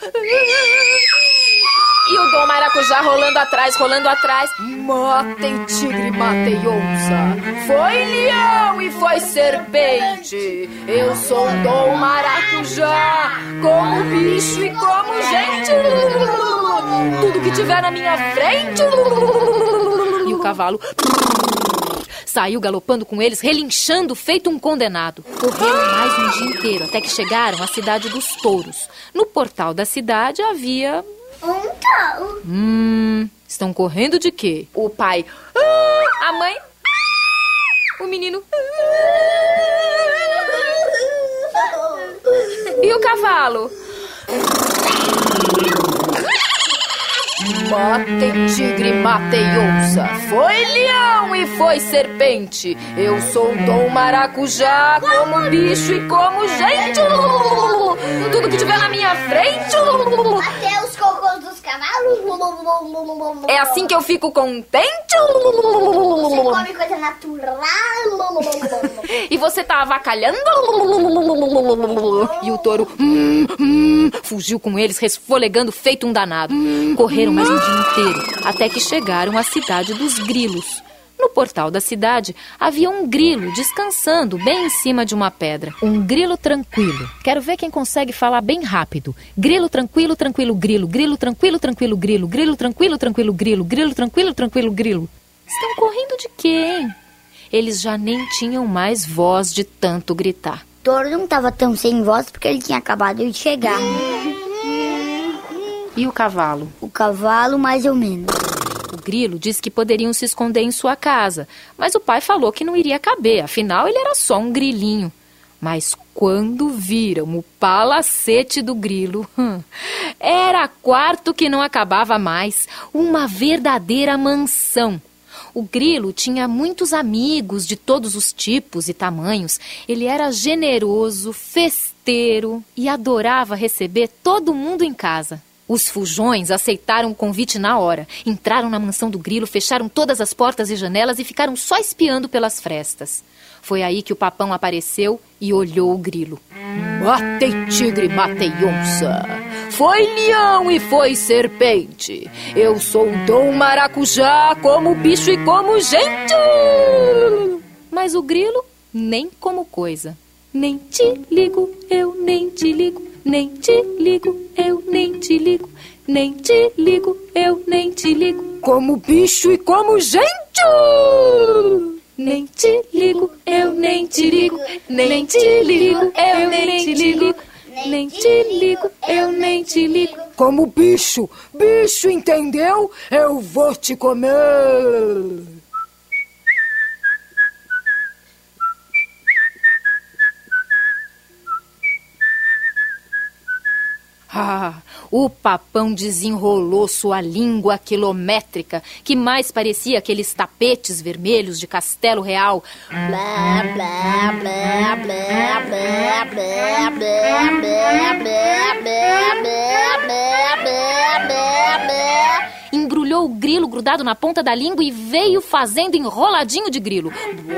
E o Dom Maracujá rolando atrás, rolando atrás. Matei tigre, matei onça. Foi leão e foi serpente. Eu sou o Dom Maracujá. Como bicho e como gente. Tudo que tiver na minha frente. E o cavalo saiu galopando com eles, relinchando, feito um condenado. Correram mais um dia inteiro, até que chegaram à cidade dos touros. No portal da cidade havia... Um touro. Hum, Estão correndo de quê? O pai... Ah! A mãe... Ah! O menino... Ah! E o cavalo? Matei tigre, matei onça, foi leão e foi serpente. Eu sou Dom Maracujá, como bicho e como gente. Tudo que tiver na minha frente. Até os cocôs dos cavalos. É assim que eu fico contente. Você come coisa natural. E você tá avacalhando. E o touro hum, hum, fugiu com eles, resfolegando feito um danado. Correram mais um dia inteiro, até que chegaram à cidade dos grilos. No portal da cidade havia um grilo descansando bem em cima de uma pedra. Um grilo tranquilo. Quero ver quem consegue falar bem rápido. Grilo tranquilo, tranquilo, grilo. Grilo tranquilo, tranquilo, grilo. Grilo tranquilo, tranquilo, grilo. Grilo tranquilo, tranquilo, grilo. Estão correndo de quê, hein? Eles já nem tinham mais voz de tanto gritar. O touro não estava tão sem voz porque ele tinha acabado de chegar. E o cavalo? O cavalo, mais ou menos. O grilo disse que poderiam se esconder em sua casa, mas o pai falou que não iria caber, afinal ele era só um grilinho. Mas quando viram o palacete do grilo, hum, era quarto que não acabava mais, uma verdadeira mansão. O grilo tinha muitos amigos de todos os tipos e tamanhos. Ele era generoso, festeiro e adorava receber todo mundo em casa. Os fujões aceitaram o convite na hora. Entraram na mansão do grilo, fecharam todas as portas e janelas e ficaram só espiando pelas frestas. Foi aí que o papão apareceu e olhou o grilo. Matei tigre, matei onça. Foi leão e foi serpente. Eu sou o Dom Maracujá, como bicho e como gente. Mas o grilo, nem como coisa. Nem te ligo, eu nem te ligo. Nem te ligo, eu nem te ligo. Nem te ligo, eu nem te ligo. Como bicho e como gente. Nem te ligo, eu nem te ligo. Nem te ligo, eu nem te ligo. Nem te ligo, eu nem te ligo. Como bicho, bicho, entendeu? Eu vou te comer. Ah, o papão desenrolou sua língua quilométrica, que mais parecia aqueles tapetes vermelhos de Castelo Real. Blá, blá, blá, blá, blá, blá, blá, blá, blá, blá, blá, blá, blá, blá. Embrulhou o grilo grudado na ponta da língua e veio fazendo enroladinho de grilo.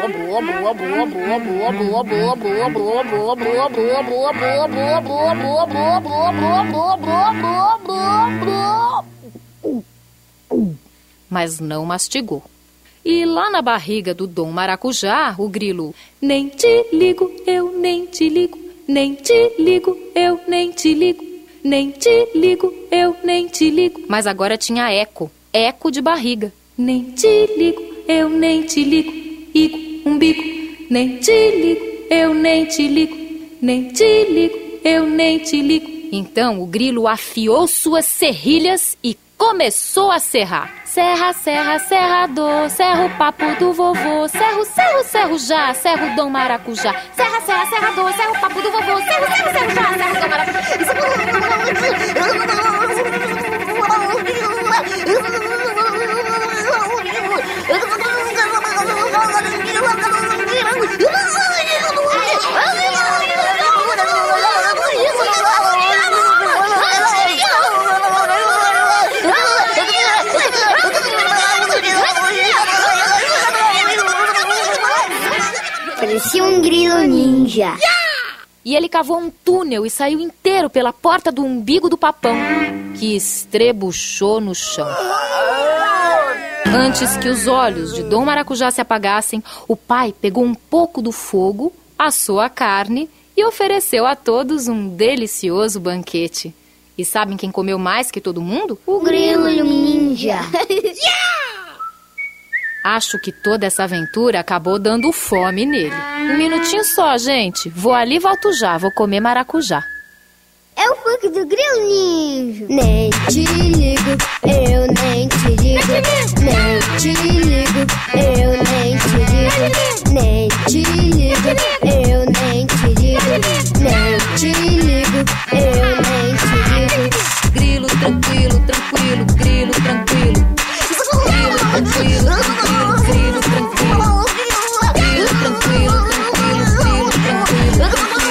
Mas não mastigou. E lá na barriga do Dom Maracujá, o grilo... Nem te ligo, eu nem te ligo. Nem te ligo, eu nem te ligo. Nem te ligo, eu nem te ligo. Mas agora tinha eco, eco de barriga. Nem te ligo, eu nem te ligo. Igo, umbigo. Nem te ligo, eu nem te ligo. Nem te ligo, eu nem te ligo. Então o grilo afiou suas serrilhas e começou a serrar. Serra, serra, serrador, serra o papo do vovô. Serro, serro, serro já, serro Dom Maracujá. Serra, serra, serrador, serra o papo do vovô. Serro, serro, serro já, serro Dom Maracujá. Parecia um grilo ninja. E ele cavou um túnel e saiu inteiro pela porta do umbigo do papão, que estrebuchou no chão. Antes que os olhos de Dom Maracujá se apagassem, o pai pegou um pouco do fogo, assou a carne e ofereceu a todos um delicioso banquete. E sabem quem comeu mais que todo mundo? O grilo ninja. Acho que toda essa aventura acabou dando fome nele. Um minutinho só, gente. Vou ali e volto já. Vou comer maracujá. Eu fui truque do grilo ninja. Nem te ligo, eu nem te ligo. Nem te ligo, eu nem te ligo. Nem te ligo, eu nem te ligo. Nem te ligo, eu nem te ligo. Grilo tranquilo, tranquilo, grilo tranquilo. Grilo tranquilo, tranquilo, grilo tranquilo. Grilo tranquilo, tranquilo, grilo tranquilo.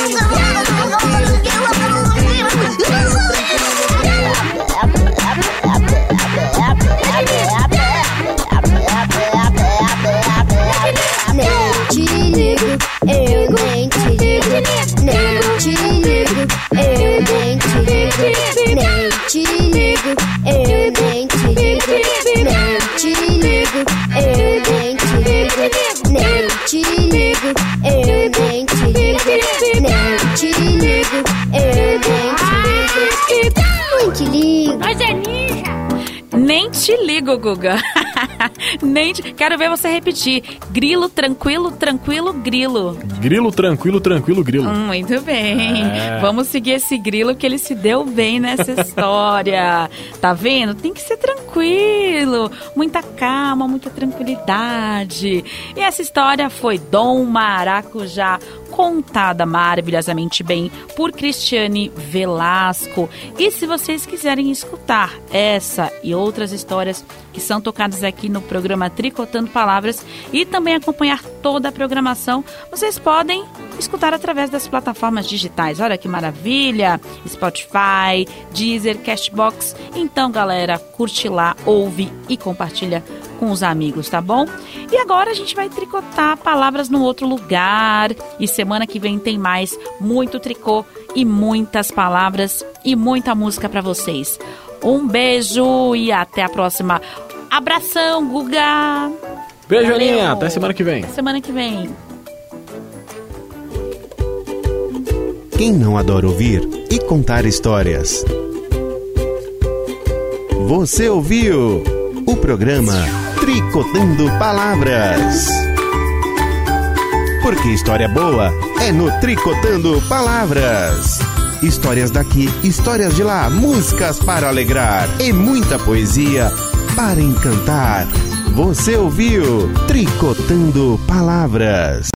Nem te ligo, eu nem te ligo. Nem te ligo, eu nem te ligo. Nem te ligo, eu nem te ligo. Nem te ligo, eu nem te ligo. Nem te ligo, eu nem te ligo. Nem te ligo, eu nem te ligo. Nem te ligo. Nós é ninja. Nem te ligo, Guga. Nem te... Quero ver você repetir. Grilo, tranquilo, tranquilo, grilo. Grilo, tranquilo, tranquilo, grilo. Hum, muito bem. É. Vamos seguir esse grilo que ele se deu bem nessa história. Tá vendo? Tem que ser tranquilo. Muita calma, muita tranquilidade. E essa história foi Dom Maracujá, contada maravilhosamente bem por Cristiane Velasco. E se vocês quiserem escutar essa e outras histórias que são tocadas aqui no programa Tricotando Palavras e também acompanhar toda a programação, vocês podem escutar através das plataformas digitais. Olha que maravilha! Spotify, Deezer, Cashbox. Então, galera, curte lá, ouve e compartilha com os amigos, tá bom? E agora a gente vai tricotar palavras no outro lugar. E semana que vem tem mais muito tricô e muitas palavras e muita música pra vocês. Um beijo e até a próxima. Abração, Guga! Beijo, Valeu. Aninha. Até semana que vem. Semana que vem. Quem não adora ouvir e contar histórias? Você ouviu o programa Tricotando Palavras. Porque história boa é no Tricotando Palavras. Histórias daqui, histórias de lá, músicas para alegrar e muita poesia para encantar. Você ouviu Tricotando Palavras.